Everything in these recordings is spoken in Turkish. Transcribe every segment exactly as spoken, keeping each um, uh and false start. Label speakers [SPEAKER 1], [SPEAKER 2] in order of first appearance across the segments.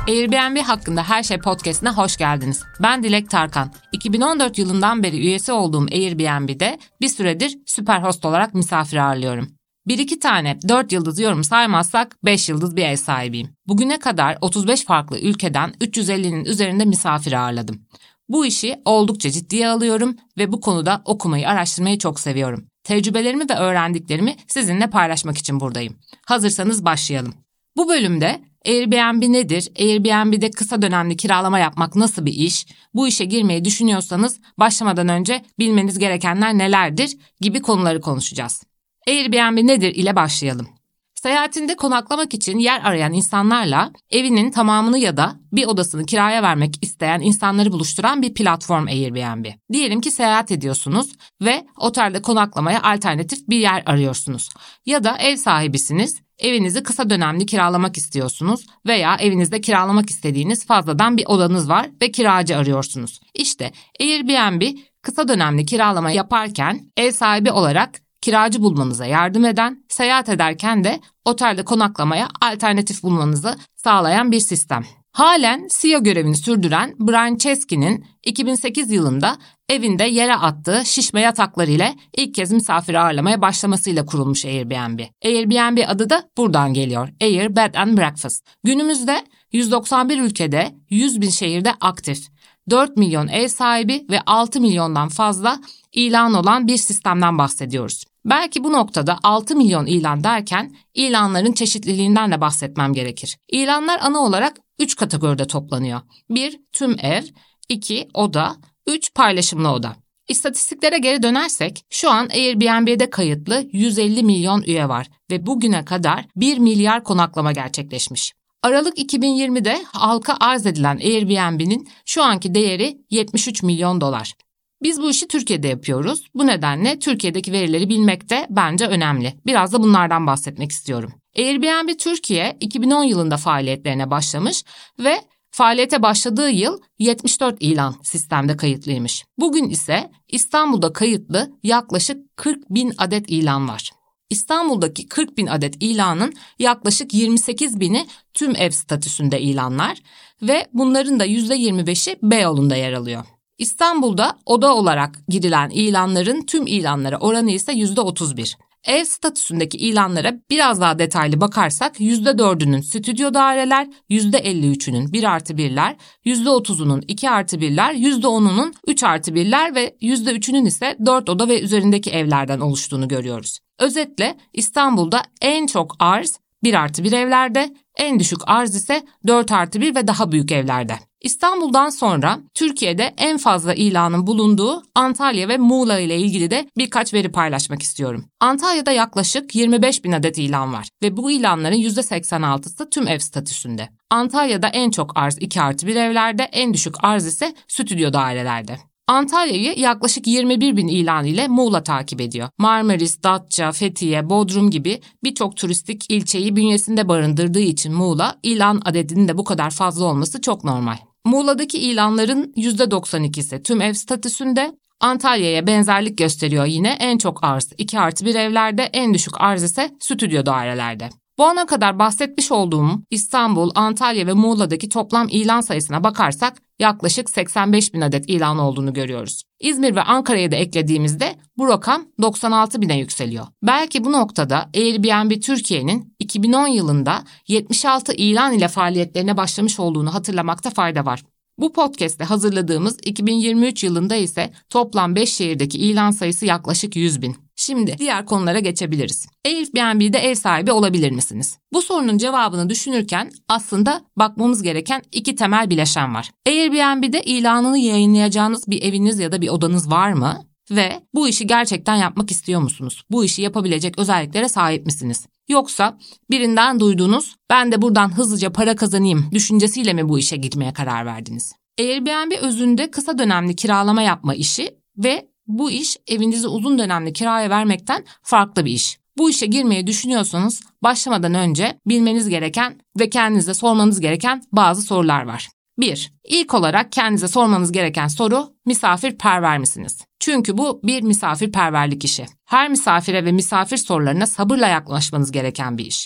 [SPEAKER 1] Airbnb hakkında her şey podcast'ine hoş geldiniz. Ben Dilek Tarkan. iki bin on dört yılından beri üyesi olduğum Airbnb'de bir süredir süper host olarak misafir ağırlıyorum. Bir iki tane dört yıldız yorum saymazsak beş yıldız bir ev sahibiyim. Bugüne kadar otuz beş farklı ülkeden üç yüz ellinin üzerinde misafir ağırladım. Bu işi oldukça ciddiye alıyorum ve bu konuda okumayı, araştırmayı çok seviyorum. Tecrübelerimi ve öğrendiklerimi sizinle paylaşmak için buradayım. Hazırsanız başlayalım. Bu bölümde Airbnb nedir? Airbnb'de kısa dönemli kiralama yapmak nasıl bir iş? Bu işe girmeyi düşünüyorsanız başlamadan önce bilmeniz gerekenler nelerdir gibi konuları konuşacağız. Airbnb nedir ile başlayalım. Seyahatinde konaklamak için yer arayan insanlarla evinin tamamını ya da bir odasını kiraya vermek isteyen insanları buluşturan bir platform Airbnb. Diyelim ki seyahat ediyorsunuz ve otelde konaklamaya alternatif bir yer arıyorsunuz. Ya da ev sahibisiniz, evinizi kısa dönemli kiralamak istiyorsunuz veya evinizde kiralamak istediğiniz fazladan bir odanız var ve kiracı arıyorsunuz. İşte Airbnb kısa dönemli kiralama yaparken ev sahibi olarak kiracı bulmanıza yardım eden, seyahat ederken de otelde konaklamaya alternatif bulmanızı sağlayan bir sistem. Halen C E O görevini sürdüren Brian Chesky'nin iki bin sekiz yılında evinde yere attığı şişme yataklar ile ilk kez misafir ağırlamaya başlamasıyla kurulmuş Airbnb. Airbnb adı da buradan geliyor. Air Bed and Breakfast. Günümüzde yüz doksan bir ülkede yüz bin şehirde aktif. dört milyon ev sahibi ve altı milyondan fazla ilan olan bir sistemden bahsediyoruz. Belki bu noktada altı milyon ilan derken ilanların çeşitliliğinden de bahsetmem gerekir. İlanlar ana olarak üç kategoride toplanıyor. bir Tüm ev, iki Oda, üç Paylaşımlı oda. İstatistiklere geri dönersek şu an Airbnb'de kayıtlı yüz elli milyon üye var ve bugüne kadar bir milyar konaklama gerçekleşmiş. Aralık iki bin yirmide halka arz edilen Airbnb'nin şu anki değeri yetmiş üç milyon dolar. Biz bu işi Türkiye'de yapıyoruz. Bu nedenle Türkiye'deki verileri bilmek de bence önemli. Biraz da bunlardan bahsetmek istiyorum. Airbnb Türkiye iki bin on yılında faaliyetlerine başlamış ve faaliyete başladığı yıl yetmiş dört ilan sistemde kayıtlıymış. Bugün ise İstanbul'da kayıtlı yaklaşık kırk bin adet ilan var. İstanbul'daki kırk bin adet ilanın yaklaşık yirmi sekiz bini tüm ev statüsünde ilanlar ve bunların da yüzde yirmi beşi Beyoğlu'nda yer alıyor. İstanbul'da oda olarak girilen ilanların tüm ilanlara oranı ise yüzde otuz bir. Ev statüsündeki ilanlara biraz daha detaylı bakarsak yüzde dördünün stüdyo daireler, yüzde elli üçünün bir artı birler, yüzde otuzunun iki artı birler, yüzde onunun üç artı birler ve yüzde üçünün ise dört oda ve üzerindeki evlerden oluştuğunu görüyoruz. Özetle İstanbul'da en çok arz bir artı bir evlerde, en düşük arz ise dört artı bir ve daha büyük evlerde. İstanbul'dan sonra Türkiye'de en fazla ilanın bulunduğu Antalya ve Muğla ile ilgili de birkaç veri paylaşmak istiyorum. Antalya'da yaklaşık yirmi beş bin adet ilan var ve bu ilanların yüzde seksen altısı tüm ev statüsünde. Antalya'da en çok arz iki artı bir evlerde, en düşük arz ise stüdyo dairelerde. Antalya'yı yaklaşık yirmi bir bin ilan ile Muğla takip ediyor. Marmaris, Datça, Fethiye, Bodrum gibi birçok turistik ilçeyi bünyesinde barındırdığı için Muğla, ilan adedinin de bu kadar fazla olması çok normal. Muğla'daki ilanların yüzde doksan ikisi tüm ev statüsünde, Antalya'ya benzerlik gösteriyor yine en çok arz iki artı bir evlerde, en düşük arz ise stüdyo dairelerde. Bu ana kadar bahsetmiş olduğum İstanbul, Antalya ve Muğla'daki toplam ilan sayısına bakarsak yaklaşık seksen beş bin adet ilan olduğunu görüyoruz. İzmir ve Ankara'yı da eklediğimizde bu rakam doksan altı bine yükseliyor. Belki bu noktada Airbnb Türkiye'nin iki bin on yılında yetmiş altı ilan ile faaliyetlerine başlamış olduğunu hatırlamakta fayda var. Bu podcast'te hazırladığımız iki bin yirmi üç yılında ise toplam beş şehirdeki ilan sayısı yaklaşık yüz bin. Şimdi diğer konulara geçebiliriz. Airbnb'de ev sahibi olabilir misiniz? Bu sorunun cevabını düşünürken aslında bakmamız gereken iki temel bileşen var. Airbnb'de ilanını yayınlayacağınız bir eviniz ya da bir odanız var mı? Ve bu işi gerçekten yapmak istiyor musunuz? Bu işi yapabilecek özelliklere sahip misiniz? Yoksa birinden duyduğunuz, ben de buradan hızlıca para kazanayım düşüncesiyle mi bu işe girmeye karar verdiniz? Airbnb özünde kısa dönemli kiralama yapma işi ve bu iş evinizi uzun dönemli kiraya vermekten farklı bir iş. Bu işe girmeyi düşünüyorsanız başlamadan önce bilmeniz gereken ve kendinize sormanız gereken bazı sorular var. bir. İlk olarak kendinize sormanız gereken soru, misafirperver misiniz? Çünkü bu bir misafirperverlik işi. Her misafire ve misafir sorularına sabırla yaklaşmanız gereken bir iş.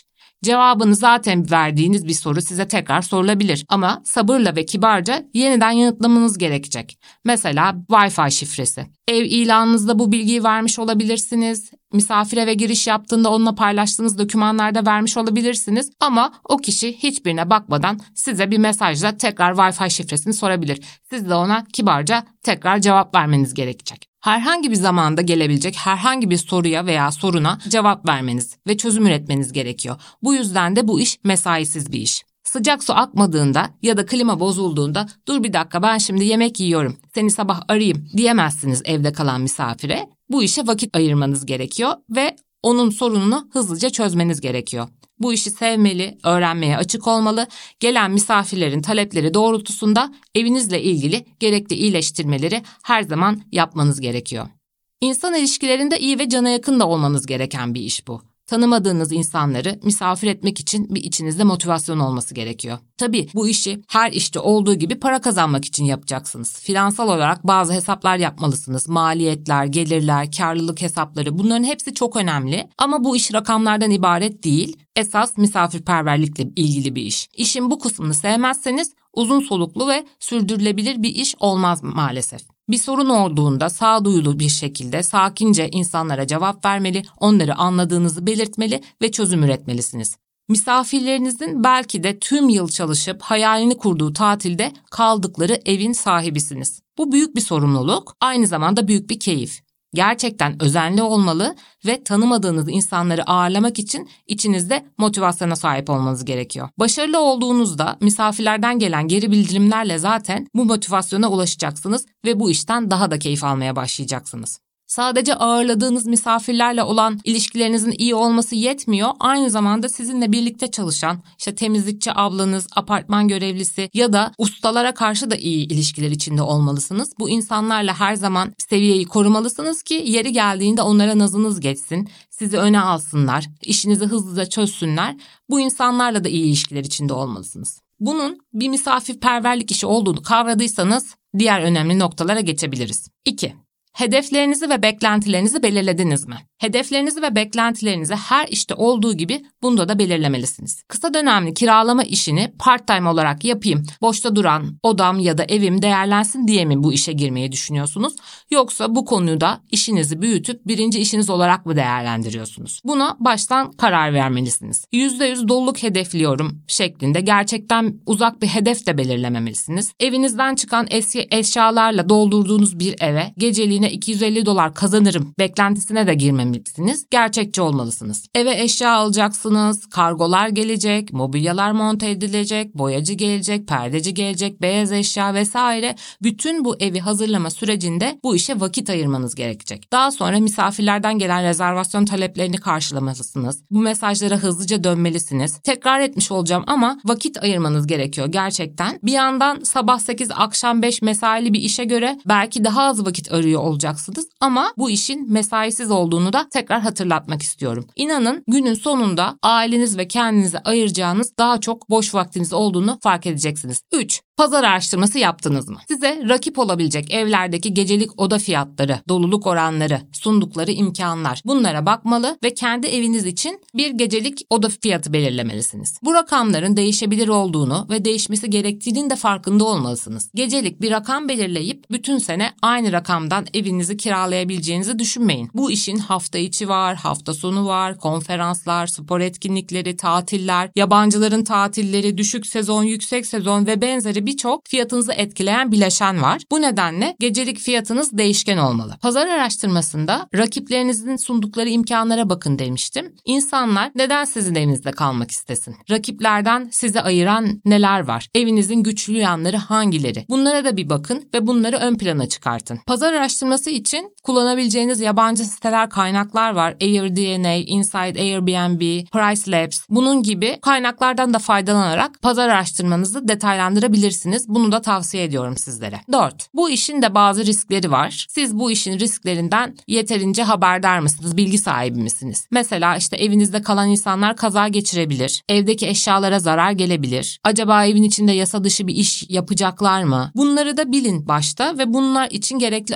[SPEAKER 1] Cevabını zaten verdiğiniz bir soru size tekrar sorulabilir ama sabırla ve kibarca yeniden yanıtlamanız gerekecek. Mesela Wi-Fi şifresi. Ev ilanınızda bu bilgiyi vermiş olabilirsiniz. Misafir eve giriş yaptığında onunla paylaştığınız dokümanlarda vermiş olabilirsiniz ama o kişi hiçbirine bakmadan size bir mesajla tekrar Wi-Fi şifresini sorabilir. Siz de ona kibarca tekrar cevap vermeniz gerekecek. Herhangi bir zamanda gelebilecek herhangi bir soruya veya soruna cevap vermeniz ve çözüm üretmeniz gerekiyor. Bu yüzden de bu iş mesaisiz bir iş. Sıcak su akmadığında ya da klima bozulduğunda dur bir dakika ben şimdi yemek yiyorum, seni sabah arayayım diyemezsiniz evde kalan misafire. Bu işe vakit ayırmanız gerekiyor ve onun sorununu hızlıca çözmeniz gerekiyor. Bu işi sevmeli, öğrenmeye açık olmalı, gelen misafirlerin talepleri doğrultusunda evinizle ilgili gerekli iyileştirmeleri her zaman yapmanız gerekiyor. İnsan ilişkilerinde iyi ve cana yakın da olmanız gereken bir iş bu. Tanımadığınız insanları misafir etmek için bir içinizde motivasyon olması gerekiyor. Tabii bu işi her işte olduğu gibi para kazanmak için yapacaksınız. Finansal olarak bazı hesaplar yapmalısınız. Maliyetler, gelirler, karlılık hesapları bunların hepsi çok önemli. Ama bu iş rakamlardan ibaret değil. Esas misafirperverlikle ilgili bir iş. İşin bu kısmını sevmezseniz uzun soluklu ve sürdürülebilir bir iş olmaz maalesef. Bir sorun olduğunda sağduyulu bir şekilde sakince insanlara cevap vermeli, onları anladığınızı belirtmeli ve çözüm üretmelisiniz. Misafirlerinizin belki de tüm yıl çalışıp hayalini kurduğu tatilde kaldıkları evin sahibisiniz. Bu büyük bir sorumluluk, aynı zamanda büyük bir keyif. Gerçekten özenli olmalı ve tanımadığınız insanları ağırlamak için içinizde motivasyona sahip olmanız gerekiyor. Başarılı olduğunuzda misafirlerden gelen geri bildirimlerle zaten bu motivasyona ulaşacaksınız ve bu işten daha da keyif almaya başlayacaksınız. Sadece ağırladığınız misafirlerle olan ilişkilerinizin iyi olması yetmiyor. Aynı zamanda sizinle birlikte çalışan, işte temizlikçi ablanız, apartman görevlisi ya da ustalara karşı da iyi ilişkiler içinde olmalısınız. Bu insanlarla her zaman seviyeyi korumalısınız ki yeri geldiğinde onlara nazınız geçsin, sizi öne alsınlar, işinizi hızlıca çözsünler. Bu insanlarla da iyi ilişkiler içinde olmalısınız. Bunun bir misafirperverlik işi olduğunu kavradıysanız diğer önemli noktalara geçebiliriz. İki. Hedeflerinizi ve beklentilerinizi belirlediniz mi? Hedeflerinizi ve beklentilerinizi her işte olduğu gibi bunda da belirlemelisiniz. Kısa dönemli kiralama işini part-time olarak yapayım, boşta duran odam ya da evim değerlensin diye mi bu işe girmeyi düşünüyorsunuz? Yoksa bu konuyu da işinizi büyütüp birinci işiniz olarak mı değerlendiriyorsunuz? Buna baştan karar vermelisiniz. yüzde yüz doluluk hedefliyorum şeklinde gerçekten uzak bir hedef de belirlememelisiniz. Evinizden çıkan eski eşyalarla doldurduğunuz bir eve geceliğine iki yüz elli dolar kazanırım beklentisine de girmemelisiniz. Gerçekçi olmalısınız. Eve eşya alacaksınız, kargolar gelecek, mobilyalar monte edilecek, boyacı gelecek, perdeci gelecek, beyaz eşya vesaire. Bütün bu evi hazırlama sürecinde bu işe vakit ayırmanız gerekecek. Daha sonra misafirlerden gelen rezervasyon taleplerini karşılamalısınız. Bu mesajlara hızlıca dönmelisiniz. Tekrar etmiş olacağım ama vakit ayırmanız gerekiyor gerçekten. Bir yandan sabah sekiz akşam beş mesaili bir işe göre belki daha az vakit arıyor olacaksınız ama bu işin mesaisiz olduğunu da tekrar hatırlatmak istiyorum. İnanın günün sonunda aileniz ve kendinize ayıracağınız daha çok boş vaktiniz olduğunu fark edeceksiniz. üç. Pazar araştırması yaptınız mı? Size rakip olabilecek evlerdeki gecelik oda fiyatları, doluluk oranları, sundukları imkanlar bunlara bakmalı ve kendi eviniz için bir gecelik oda fiyatı belirlemelisiniz. Bu rakamların değişebilir olduğunu ve değişmesi gerektiğinin de farkında olmalısınız. Gecelik bir rakam belirleyip bütün sene aynı rakamdan evinizi kiralayabileceğinizi düşünmeyin. Bu işin hafta içi var, hafta sonu var, konferanslar, spor etkinlikleri, tatiller, yabancıların tatilleri, düşük sezon, yüksek sezon ve benzeri birçok fiyatınızı etkileyen bileşen var. Bu nedenle gecelik fiyatınız değişken olmalı. Pazar araştırmasında rakiplerinizin sundukları imkanlara bakın demiştim. İnsanlar neden sizin evinizde kalmak istesin? Rakiplerden sizi ayıran neler var? Evinizin güçlü yanları hangileri? Bunlara da bir bakın ve bunları ön plana çıkartın. Pazar araştırması için kullanabileceğiniz yabancı siteler, kaynaklar var. AirDNA, Inside Airbnb, Pricelabs bunun gibi kaynaklardan da faydalanarak pazar araştırmanızı detaylandırabilirsiniz. Bunu da tavsiye ediyorum sizlere. dört. Bu işin de bazı riskleri var. Siz bu işin risklerinden yeterince haberdar mısınız? Bilgi sahibi misiniz? Mesela işte evinizde kalan insanlar kaza geçirebilir. Evdeki eşyalara zarar gelebilir. Acaba evin içinde yasa dışı bir iş yapacaklar mı? Bunları da bilin başta ve bunlar için gerekli önlemleri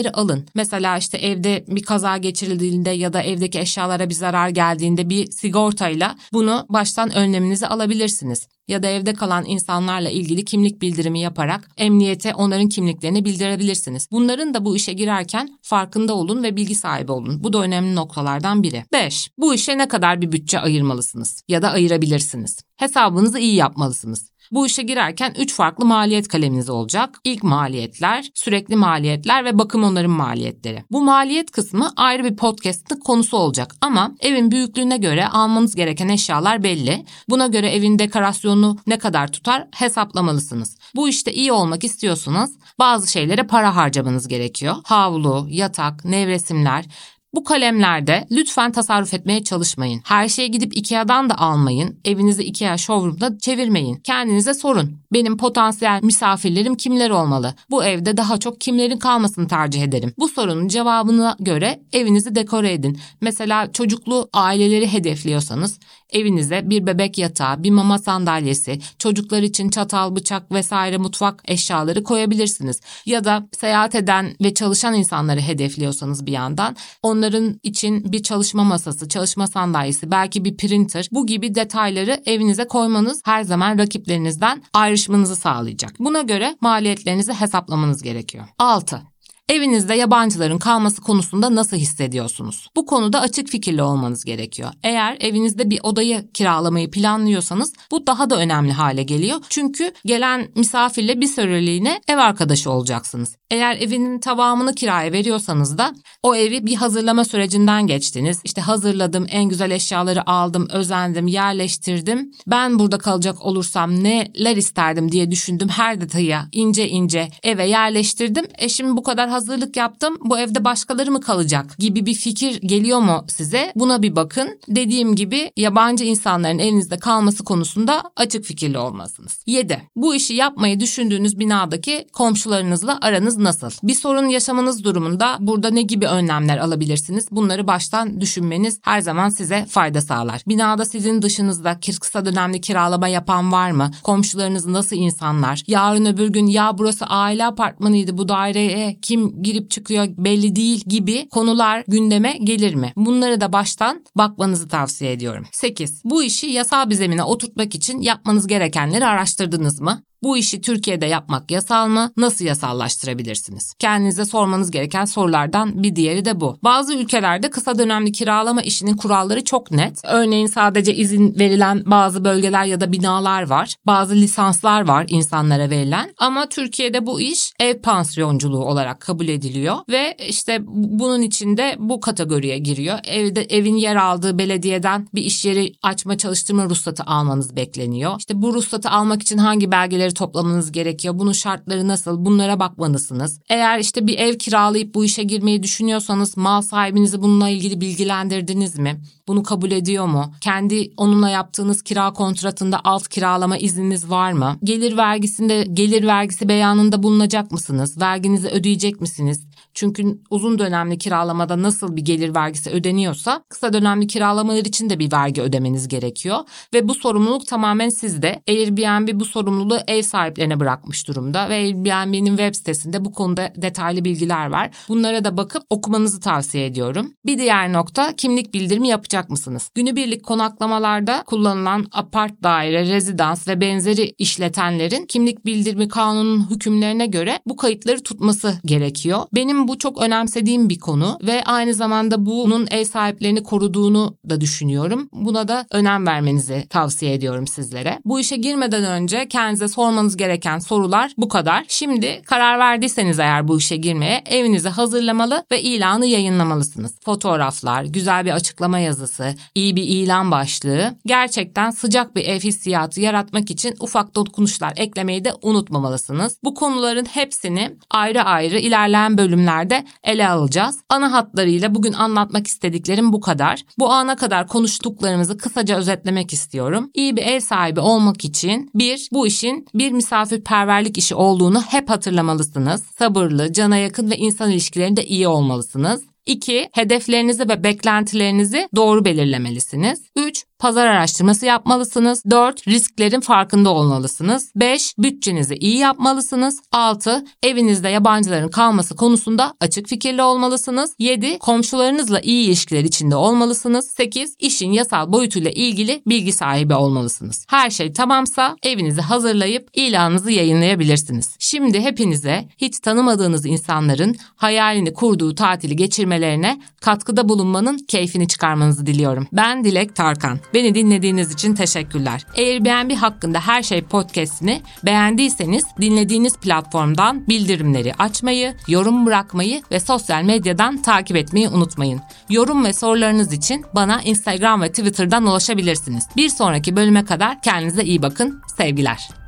[SPEAKER 1] önlemleri alın. Mesela işte evde bir kaza geçirildiğinde ya da evdeki eşyalara bir zarar geldiğinde bir sigortayla bunu baştan önleminizi alabilirsiniz. Ya da evde kalan insanlarla ilgili kimlik bildirimi yaparak emniyete onların kimliklerini bildirebilirsiniz. Bunların da bu işe girerken farkında olun ve bilgi sahibi olun. Bu da önemli noktalardan biri. beş. Bu işe ne kadar bir bütçe ayırmalısınız ya da ayırabilirsiniz? Hesabınızı iyi yapmalısınız. Bu işe girerken üç farklı maliyet kaleminiz olacak. İlk maliyetler, sürekli maliyetler ve bakım onarım maliyetleri. Bu maliyet kısmı ayrı bir podcast'ın konusu olacak ama evin büyüklüğüne göre almanız gereken eşyalar belli. Buna göre evin dekorasyonu ne kadar tutar hesaplamalısınız. Bu işte iyi olmak istiyorsanız bazı şeylere para harcamanız gerekiyor. Havlu, yatak, nevresimler. Bu kalemlerde lütfen tasarruf etmeye çalışmayın. Her şeye gidip Ikea'dan da almayın. Evinizi Ikea showroom'da çevirmeyin. Kendinize sorun. Benim potansiyel misafirlerim kimler olmalı? Bu evde daha çok kimlerin kalmasını tercih ederim? Bu sorunun cevabına göre evinizi dekore edin. Mesela çocuklu aileleri hedefliyorsanız evinize bir bebek yatağı, bir mama sandalyesi, çocuklar için çatal, bıçak vesaire mutfak eşyaları koyabilirsiniz. Ya da seyahat eden ve çalışan insanları hedefliyorsanız bir yandan onların için bir çalışma masası, çalışma sandalyesi, belki bir printer, bu gibi detayları evinize koymanız her zaman rakiplerinizden ayrışmanızı sağlayacak. Buna göre maliyetlerinizi hesaplamanız gerekiyor. altı. Evinizde yabancıların kalması konusunda nasıl hissediyorsunuz? Bu konuda açık fikirli olmanız gerekiyor. Eğer evinizde bir odayı kiralamayı planlıyorsanız bu daha da önemli hale geliyor. Çünkü gelen misafirle bir süreliğine ev arkadaşı olacaksınız. Eğer evinin tamamını kiraya veriyorsanız da o evi bir hazırlama sürecinden geçtiniz. İşte hazırladım, en güzel eşyaları aldım, özendim, yerleştirdim. Ben burada kalacak olursam neler isterdim diye düşündüm. Her detaya ince ince eve yerleştirdim. Eşim bu kadar hazırlık yaptım, bu evde başkaları mı kalacak gibi bir fikir geliyor mu size? Buna bir bakın. Dediğim gibi yabancı insanların evinizde kalması konusunda açık fikirli olmalısınız. yedi. Bu işi yapmayı düşündüğünüz binadaki komşularınızla aranız nasıl? Bir sorun yaşamanız durumunda burada ne gibi önlemler alabilirsiniz? Bunları baştan düşünmeniz her zaman size fayda sağlar. Binada sizin dışınızda kısa dönemli kiralama yapan var mı? Komşularınız nasıl insanlar? Yarın öbür gün ya burası aile apartmanıydı, bu daireye kim girip çıkıyor belli değil gibi konular gündeme gelir mi? Bunları da baştan bakmanızı tavsiye ediyorum. sekiz. Bu işi yasal bir zemine oturtmak için yapmanız gerekenleri araştırdınız mı? Bu işi Türkiye'de yapmak yasal mı? Nasıl yasallaştırabilirsiniz? Kendinize sormanız gereken sorulardan bir diğeri de bu. Bazı ülkelerde kısa dönemli kiralama işinin kuralları çok net. Örneğin sadece izin verilen bazı bölgeler ya da binalar var. Bazı lisanslar var insanlara verilen. Ama Türkiye'de bu iş ev pansiyonculuğu olarak kabul ediliyor ve işte bunun içinde bu kategoriye giriyor. Evde evin yer aldığı belediyeden bir iş yeri açma, çalıştırma ruhsatı almanız bekleniyor. İşte bu ruhsatı almak için hangi belgeleri toplamanız gerekiyor? Bunun şartları nasıl? Bunlara bakmalısınız. Eğer işte bir ev kiralayıp bu işe girmeyi düşünüyorsanız mal sahibinizi bununla ilgili bilgilendirdiniz mi? Bunu kabul ediyor mu? Kendi onunla yaptığınız kira kontratında alt kiralama izniniz var mı? Gelir vergisinde gelir vergisi beyanında bulunacak mısınız? Verginizi ödeyecek misiniz? Çünkü uzun dönemli kiralamada nasıl bir gelir vergisi ödeniyorsa kısa dönemli kiralamalar için de bir vergi ödemeniz gerekiyor. Ve bu sorumluluk tamamen sizde. Airbnb bu sorumluluğu ev sahiplerine bırakmış durumda ve Airbnb'nin web sitesinde bu konuda detaylı bilgiler var. Bunlara da bakıp okumanızı tavsiye ediyorum. Bir diğer nokta, kimlik bildirimi yapacak mısınız? Günübirlik konaklamalarda kullanılan apart daire, rezidans ve benzeri işletenlerin kimlik bildirimi kanunun hükümlerine göre bu kayıtları tutması gerekiyor. Benim bu çok önemsediğim bir konu ve aynı zamanda bunun ev sahiplerini koruduğunu da düşünüyorum. Buna da önem vermenizi tavsiye ediyorum sizlere. Bu işe girmeden önce kendinize sormanız gereken sorular bu kadar. Şimdi karar verdiyseniz eğer bu işe girmeye, evinizi hazırlamalı ve ilanı yayınlamalısınız. Fotoğraflar, güzel bir açıklama yazısı, iyi bir ilan başlığı, gerçekten sıcak bir ev hissiyatı yaratmak için ufak dokunuşlar eklemeyi de unutmamalısınız. Bu konuların hepsini ayrı ayrı ilerleyen bölümlerde ele alacağız. Ana hatlarıyla bugün anlatmak istediklerim bu kadar. Bu ana kadar konuştuklarımızı kısaca özetlemek istiyorum. İyi bir ev sahibi olmak için bir, bu işin bir misafirperverlik işi olduğunu hep hatırlamalısınız. Sabırlı, cana yakın ve insan ilişkilerinde iyi olmalısınız. iki. Hedeflerinizi ve beklentilerinizi doğru belirlemelisiniz. üç. Pazar araştırması yapmalısınız. dört Risklerin farkında olmalısınız. beş Bütçenizi iyi yapmalısınız. altı Evinizde yabancıların kalması konusunda açık fikirli olmalısınız. yedi Komşularınızla iyi ilişkiler içinde olmalısınız. sekiz İşin yasal boyutuyla ilgili bilgi sahibi olmalısınız. Her şey tamamsa evinizi hazırlayıp ilanınızı yayınlayabilirsiniz. Şimdi hepinize hiç tanımadığınız insanların hayalini kurduğu tatili geçirmelerine katkıda bulunmanın keyfini çıkarmanızı diliyorum. Ben Dilek Tarkan. Beni dinlediğiniz için teşekkürler. Airbnb hakkında her şey podcast'ini beğendiyseniz dinlediğiniz platformdan bildirimleri açmayı, yorum bırakmayı ve sosyal medyadan takip etmeyi unutmayın. Yorum ve sorularınız için bana Instagram ve Twitter'dan ulaşabilirsiniz. Bir sonraki bölüme kadar kendinize iyi bakın. Sevgiler.